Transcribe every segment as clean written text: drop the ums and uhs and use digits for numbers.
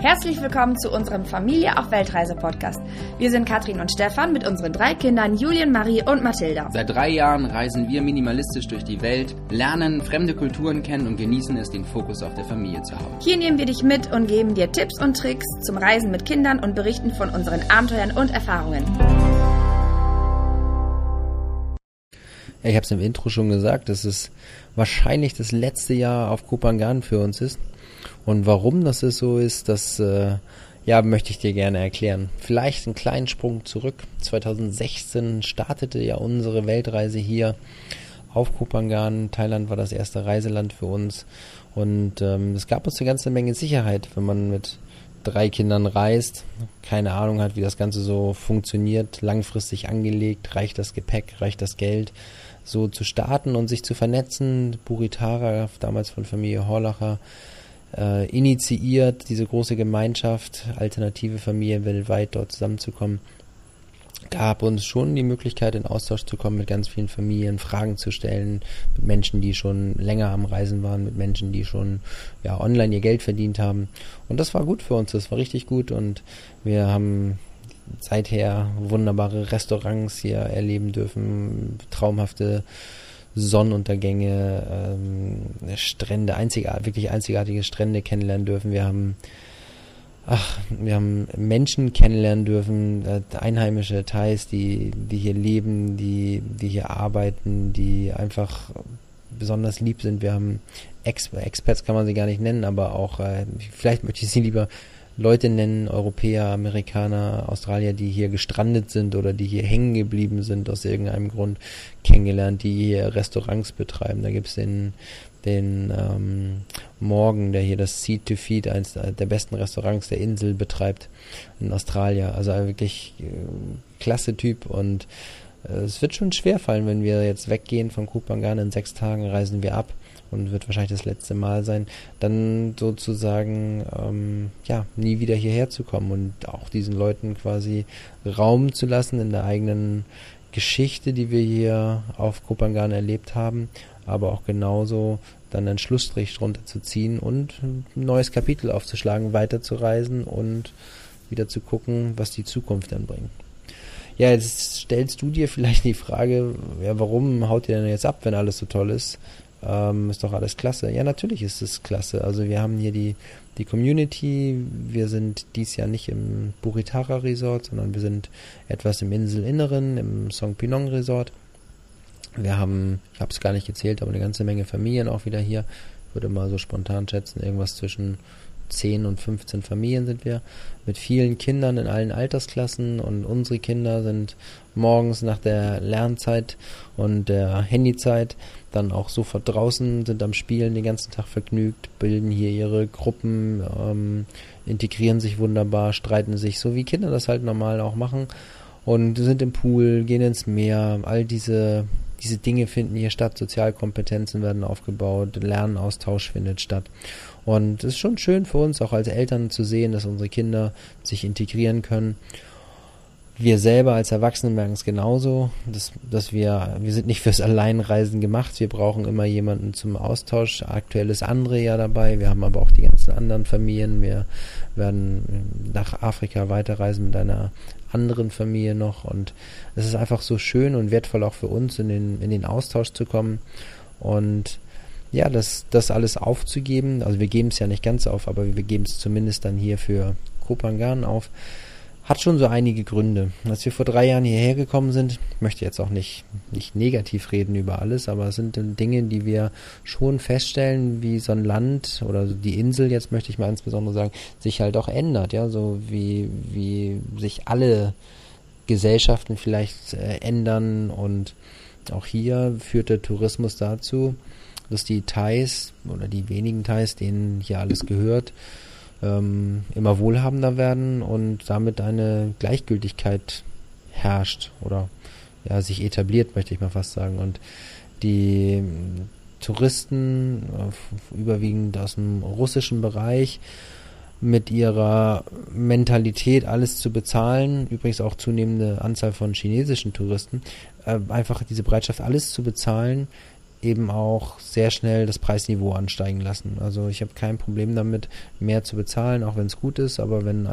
Herzlich willkommen zu unserem Familie auf Weltreise Podcast. Wir sind Katrin und Stefan mit unseren 3 Kindern Julien, Marie und Mathilda. Seit 3 Jahren reisen wir minimalistisch durch die Welt, lernen fremde Kulturen kennen und genießen es, den Fokus auf der Familie zu haben. Hier nehmen wir dich mit und geben dir Tipps und Tricks zum Reisen mit Kindern und berichten von unseren Abenteuern und Erfahrungen. Ja, ich habe es im Intro schon gesagt, dass es wahrscheinlich das letzte Jahr auf Koh Phangan für uns ist. Und warum das so ist, das möchte ich dir gerne erklären. Vielleicht einen kleinen Sprung zurück. 2016 startete ja unsere Weltreise hier auf Koh Phangan. Thailand war das erste Reiseland für uns. Und es gab uns eine ganze Menge Sicherheit, wenn man mit 3 Kindern reist, keine Ahnung hat, wie das Ganze so funktioniert, langfristig angelegt, reicht das Gepäck, reicht das Geld, so zu starten und sich zu vernetzen. Buritara, damals von Familie Horlacher, initiiert, diese große Gemeinschaft, alternative Familien weltweit dort zusammenzukommen, gab uns schon die Möglichkeit, in Austausch zu kommen mit ganz vielen Familien, Fragen zu stellen, mit Menschen, die schon länger am Reisen waren, mit Menschen, die schon online ihr Geld verdient haben. Und das war gut für uns, das war richtig gut und wir haben seither wunderbare Restaurants hier erleben dürfen, traumhafte Sonnenuntergänge, Strände, wirklich einzigartige Strände kennenlernen dürfen. Wir haben Menschen kennenlernen dürfen, einheimische Thais, die hier leben, die hier arbeiten, die einfach besonders lieb sind. Wir haben Expats, kann man sie gar nicht nennen, aber auch, vielleicht möchte ich sie lieber Leute nennen, Europäer, Amerikaner, Australier, die hier gestrandet sind oder die hier hängen geblieben sind, aus irgendeinem Grund kennengelernt, die hier Restaurants betreiben. Da gibt es den Morgan, der hier das Seed to Feed, eines der besten Restaurants der Insel betreibt in Australien. Also wirklich klasse Typ und es wird schon schwer fallen, wenn wir jetzt weggehen von Koh Phangan. In 6 Tagen reisen wir ab und wird wahrscheinlich das letzte Mal sein, dann sozusagen nie wieder hierher zu kommen und auch diesen Leuten quasi Raum zu lassen in der eigenen Geschichte, die wir hier auf Koh Phangan erlebt haben, aber auch genauso dann einen Schlussstrich drunter zu ziehen und ein neues Kapitel aufzuschlagen, weiterzureisen und wieder zu gucken, was die Zukunft dann bringt. Ja, jetzt stellst du dir vielleicht die Frage, warum haut ihr denn jetzt ab, wenn alles so toll ist? Ist doch alles klasse. Ja, natürlich ist es klasse. Also wir haben hier die Community. Wir sind dies Jahr nicht im Buritara Resort, sondern wir sind etwas im Inselinneren, im Songpinong Resort. Wir haben, ich habe es gar nicht gezählt, aber eine ganze Menge Familien auch wieder hier. Ich würde mal so spontan schätzen, irgendwas zwischen 10 und 15 Familien sind wir, mit vielen Kindern in allen Altersklassen und unsere Kinder sind morgens nach der Lernzeit und der Handyzeit dann auch sofort draußen, sind am Spielen den ganzen Tag vergnügt, bilden hier ihre Gruppen, integrieren sich wunderbar, streiten sich, so wie Kinder das halt normal auch machen und sind im Pool, gehen ins Meer, all diese Dinge finden hier statt, Sozialkompetenzen werden aufgebaut, Lernaustausch findet statt. Und es ist schon schön für uns, auch als Eltern zu sehen, dass unsere Kinder sich integrieren können. Wir selber als Erwachsene merken es genauso, dass wir sind nicht fürs Alleinreisen gemacht, wir brauchen immer jemanden zum Austausch. Aktuell ist André ja dabei, wir haben aber auch die ganzen anderen Familien. Wir werden nach Afrika weiterreisen mit einer anderen Familie noch und es ist einfach so schön und wertvoll auch für uns, in den Austausch zu kommen und ja, das alles aufzugeben. Also wir geben es ja nicht ganz auf, aber wir geben es zumindest dann hier für Koh Phangan auf. Hat schon so einige Gründe. Als wir vor 3 Jahren hierher gekommen sind, ich möchte jetzt auch nicht negativ reden über alles, aber es sind Dinge, die wir schon feststellen, wie so ein Land oder die Insel, jetzt möchte ich mal insbesondere sagen, sich halt auch ändert, ja, so wie sich alle Gesellschaften vielleicht ändern und auch hier führt der Tourismus dazu, dass die Thais oder die wenigen Thais, denen hier alles gehört, immer wohlhabender werden und damit eine Gleichgültigkeit herrscht oder sich etabliert, möchte ich mal fast sagen. Und die Touristen, überwiegend aus dem russischen Bereich, mit ihrer Mentalität alles zu bezahlen, übrigens auch zunehmende Anzahl von chinesischen Touristen, einfach diese Bereitschaft alles zu bezahlen, eben auch sehr schnell das Preisniveau ansteigen lassen. Also ich habe kein Problem damit, mehr zu bezahlen, auch wenn es gut ist, aber wenn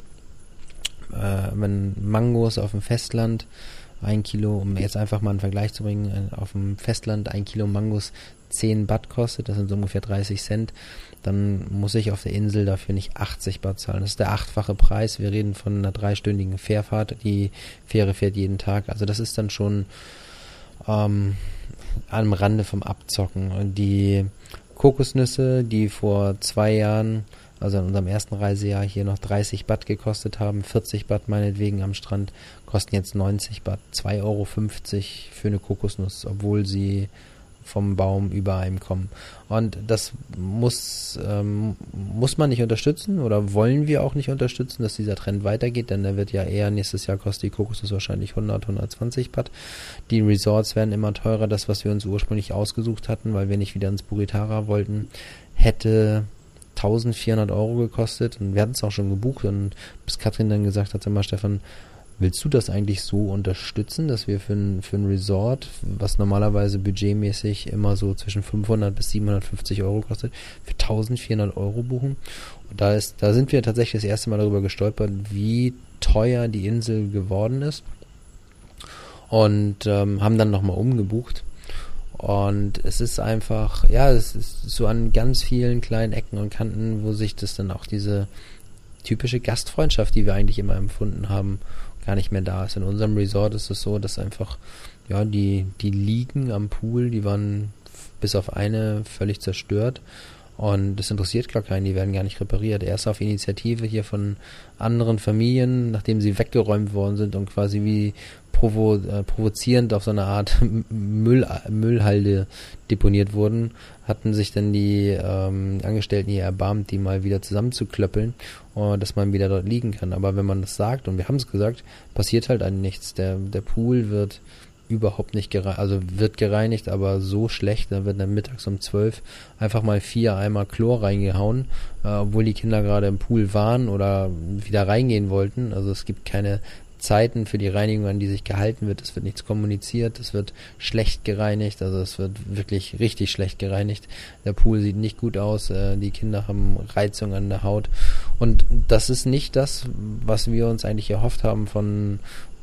Mangos auf dem Festland 1 Kilo, um jetzt einfach mal einen Vergleich zu bringen, auf dem Festland 1 Kilo Mangos 10 Baht kostet, das sind so ungefähr 30 Cent, dann muss ich auf der Insel dafür nicht 80 Baht zahlen. Das ist der 8-fache Preis. Wir reden von einer 3-stündigen Fährfahrt. Die Fähre fährt jeden Tag. Also das ist dann schon am Rande vom Abzocken. Und die Kokosnüsse, die vor 2 Jahren, also in unserem ersten Reisejahr, hier noch 30 Baht gekostet haben, 40 Baht meinetwegen am Strand, kosten jetzt 90 Baht, 2,50 Euro für eine Kokosnuss, obwohl sie vom Baum über einem kommen. Und das muss man nicht unterstützen oder wollen wir auch nicht unterstützen, dass dieser Trend weitergeht, denn der wird ja eher, nächstes Jahr kostet die Kokosnuss wahrscheinlich 120 Baht. Die Resorts werden immer teurer. Das, was wir uns ursprünglich ausgesucht hatten, weil wir nicht wieder ins Buritara wollten, hätte 1.400 Euro gekostet und wir hatten es auch schon gebucht und bis Katrin dann gesagt hat, sag mal Stefan, willst du das eigentlich so unterstützen, dass wir für ein Resort, was normalerweise budgetmäßig immer so zwischen 500 bis 750 Euro kostet, für 1.400 Euro buchen? Und da sind wir tatsächlich das erste Mal darüber gestolpert, wie teuer die Insel geworden ist und haben dann nochmal umgebucht. Und es ist einfach, ja, es ist so an ganz vielen kleinen Ecken und Kanten, wo sich das dann auch diese typische Gastfreundschaft, die wir eigentlich immer empfunden haben, gar nicht mehr da ist. In unserem Resort ist es so, dass einfach, ja, die Liegen am Pool, die waren bis auf eine völlig zerstört und das interessiert gar keinen, die werden gar nicht repariert. Erst auf Initiative hier von anderen Familien, nachdem sie weggeräumt worden sind und quasi wie provozierend auf so eine Art Müllhalde deponiert wurden, hatten sich dann die Angestellten hier erbarmt, die mal wieder zusammenzuklöppeln, dass man wieder dort liegen kann. Aber wenn man das sagt, und wir haben es gesagt, passiert halt dann nichts. Der Pool wird überhaupt nicht wird gereinigt, aber so schlecht, da wird dann mittags um 12 einfach mal 4 Eimer Chlor reingehauen, obwohl die Kinder gerade im Pool waren oder wieder reingehen wollten. Also es gibt keine Zeiten für die Reinigung, an die sich gehalten wird. Es wird nichts kommuniziert, es wird schlecht gereinigt, also es wird wirklich richtig schlecht gereinigt. Der Pool sieht nicht gut aus, die Kinder haben Reizung an der Haut und das ist nicht das, was wir uns eigentlich erhofft haben von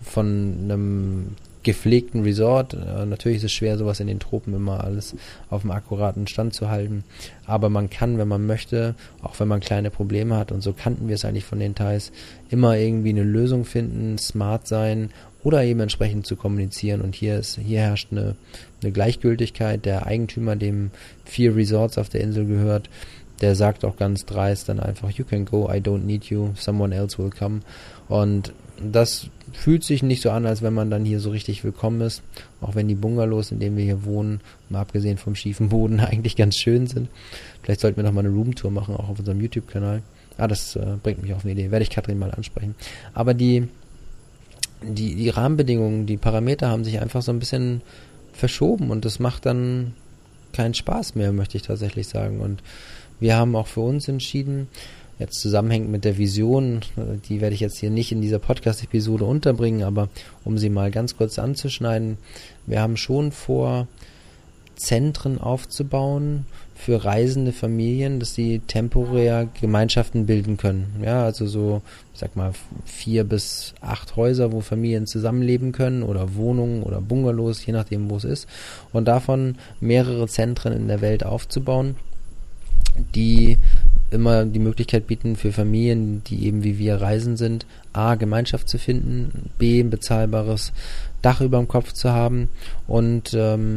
einem gepflegten Resort. Natürlich ist es schwer, sowas in den Tropen immer alles auf dem akkuraten Stand zu halten, aber man kann, wenn man möchte, auch wenn man kleine Probleme hat, und so kannten wir es eigentlich von den Thais, immer irgendwie eine Lösung finden, smart sein oder eben entsprechend zu kommunizieren, und hier herrscht eine Gleichgültigkeit. Der Eigentümer, dem 4 Resorts auf der Insel gehört, der sagt auch ganz dreist dann einfach, you can go, I don't need you, someone else will come. Und das fühlt sich nicht so an, als wenn man dann hier so richtig willkommen ist, auch wenn die Bungalows, in denen wir hier wohnen, mal abgesehen vom schiefen Boden, eigentlich ganz schön sind. Vielleicht sollten wir noch mal eine Roomtour machen, auch auf unserem YouTube-Kanal. Das bringt mich auf eine Idee, werde ich Katrin mal ansprechen. Aber die Rahmenbedingungen, die Parameter haben sich einfach so ein bisschen verschoben und das macht dann keinen Spaß mehr, möchte ich tatsächlich sagen. Und wir haben auch für uns entschieden, jetzt zusammenhängt mit der Vision, die werde ich jetzt hier nicht in dieser Podcast-Episode unterbringen, aber um sie mal ganz kurz anzuschneiden, wir haben schon vor, Zentren aufzubauen für reisende Familien, dass sie temporär Gemeinschaften bilden können. Ja, also so, ich sag mal, 4 bis 8 Häuser, wo Familien zusammenleben können oder Wohnungen oder Bungalows, je nachdem, wo es ist. Und davon mehrere Zentren in der Welt aufzubauen, die immer die Möglichkeit bieten für Familien, die eben wie wir reisen sind, A, Gemeinschaft zu finden, B, ein bezahlbares Dach über dem Kopf zu haben und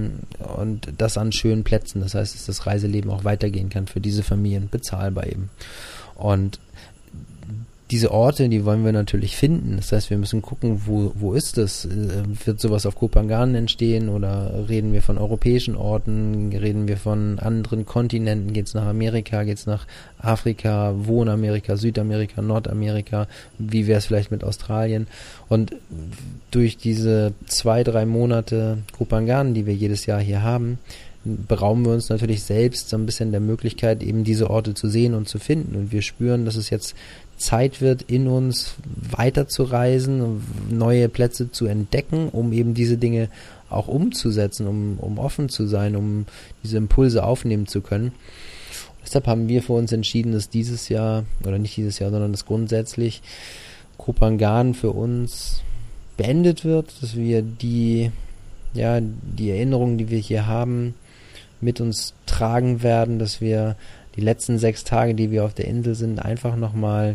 das an schönen Plätzen. Das heißt, dass das Reiseleben auch weitergehen kann für diese Familien, bezahlbar eben. Und diese Orte, die wollen wir natürlich finden. Das heißt, wir müssen gucken, wo ist es? Wird sowas auf Koh Phangan entstehen oder reden wir von europäischen Orten? Reden wir von anderen Kontinenten? Geht es nach Amerika? Geht es nach Afrika? Wo in Amerika? Südamerika? Nordamerika? Wie wäre es vielleicht mit Australien? Und durch diese 2-3 Monate Koh Phangan, die wir jedes Jahr hier haben, berauben wir uns natürlich selbst so ein bisschen der Möglichkeit, eben diese Orte zu sehen und zu finden. Und wir spüren, dass es jetzt Zeit wird, in uns weiterzureisen, neue Plätze zu entdecken, um eben diese Dinge auch umzusetzen, um offen zu sein, um diese Impulse aufnehmen zu können. Deshalb haben wir für uns entschieden, dass dieses Jahr, oder nicht dieses Jahr, sondern dass grundsätzlich Kopangan für uns beendet wird, dass wir die Erinnerungen, die wir hier haben, mit uns tragen werden, dass wir die letzten 6 Tage, die wir auf der Insel sind, einfach nochmal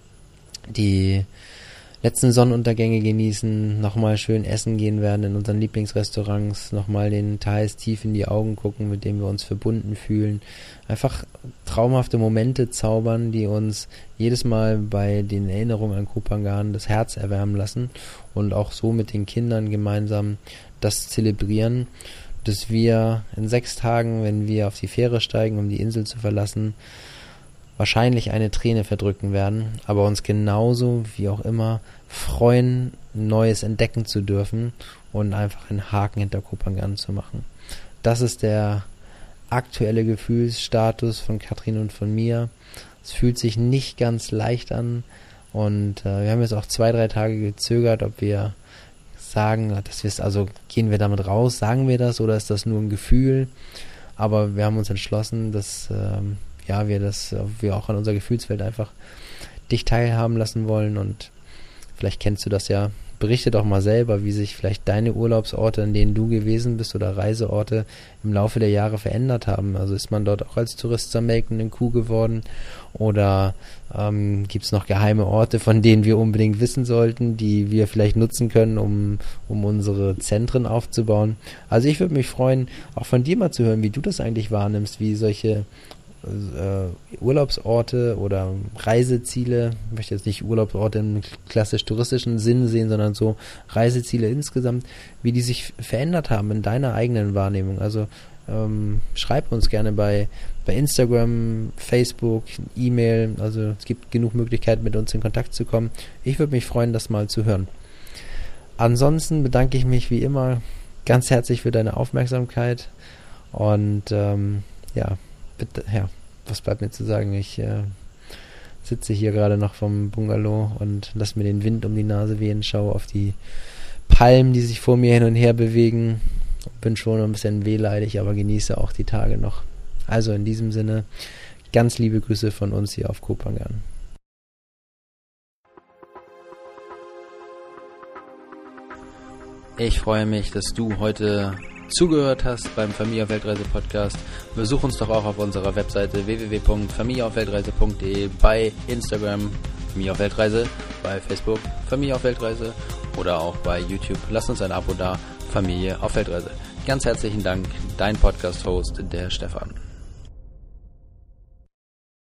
die letzten Sonnenuntergänge genießen, nochmal schön essen gehen werden in unseren Lieblingsrestaurants, nochmal den Thais tief in die Augen gucken, mit dem wir uns verbunden fühlen. Einfach traumhafte Momente zaubern, die uns jedes Mal bei den Erinnerungen an Kopangan das Herz erwärmen lassen und auch so mit den Kindern gemeinsam das zelebrieren, dass wir in 6 Tagen, wenn wir auf die Fähre steigen, um die Insel zu verlassen, wahrscheinlich eine Träne verdrücken werden, aber uns genauso wie auch immer freuen, Neues entdecken zu dürfen und einfach einen Haken hinter Kopangan zu machen. Das ist der aktuelle Gefühlsstatus von Katrin und von mir. Es fühlt sich nicht ganz leicht an und wir haben jetzt auch 2-3 Tage gezögert, ob wir sagen, dass wir es, also gehen wir damit raus, sagen wir das oder ist das nur ein Gefühl? Aber wir haben uns entschlossen, dass wir auch an unserer Gefühlswelt einfach dich teilhaben lassen wollen und vielleicht kennst du das ja. Berichte doch mal selber, wie sich vielleicht deine Urlaubsorte, an denen du gewesen bist oder Reiseorte im Laufe der Jahre verändert haben. Also ist man dort auch als Tourist zur melkenden Kuh geworden oder gibt es noch geheime Orte, von denen wir unbedingt wissen sollten, die wir vielleicht nutzen können, um unsere Zentren aufzubauen. Also ich würde mich freuen, auch von dir mal zu hören, wie du das eigentlich wahrnimmst, wie solche Urlaubsorte oder Reiseziele, ich möchte jetzt nicht Urlaubsorte im klassisch touristischen Sinn sehen, sondern so Reiseziele insgesamt, wie die sich verändert haben in deiner eigenen Wahrnehmung. Also schreib uns gerne bei Instagram, Facebook, E-Mail, also es gibt genug Möglichkeiten, mit uns in Kontakt zu kommen. Ich würde mich freuen, das mal zu hören. Ansonsten bedanke ich mich wie immer ganz herzlich für deine Aufmerksamkeit und was bleibt mir zu sagen? Ich sitze hier gerade noch vom Bungalow und lasse mir den Wind um die Nase wehen, schaue auf die Palmen, die sich vor mir hin und her bewegen. Bin schon ein bisschen wehleidig, aber genieße auch die Tage noch. Also in diesem Sinne, ganz liebe Grüße von uns hier auf Kopangan. Ich freue mich, dass du heute zugehört hast beim Familie auf Weltreise Podcast. Besuch uns doch auch auf unserer Webseite www.familieaufweltreise.de, bei Instagram Familie auf Weltreise, bei Facebook Familie auf Weltreise oder auch bei YouTube. Lass uns ein Abo da, Familie auf Weltreise. Ganz herzlichen Dank, dein Podcast-Host, der Stefan.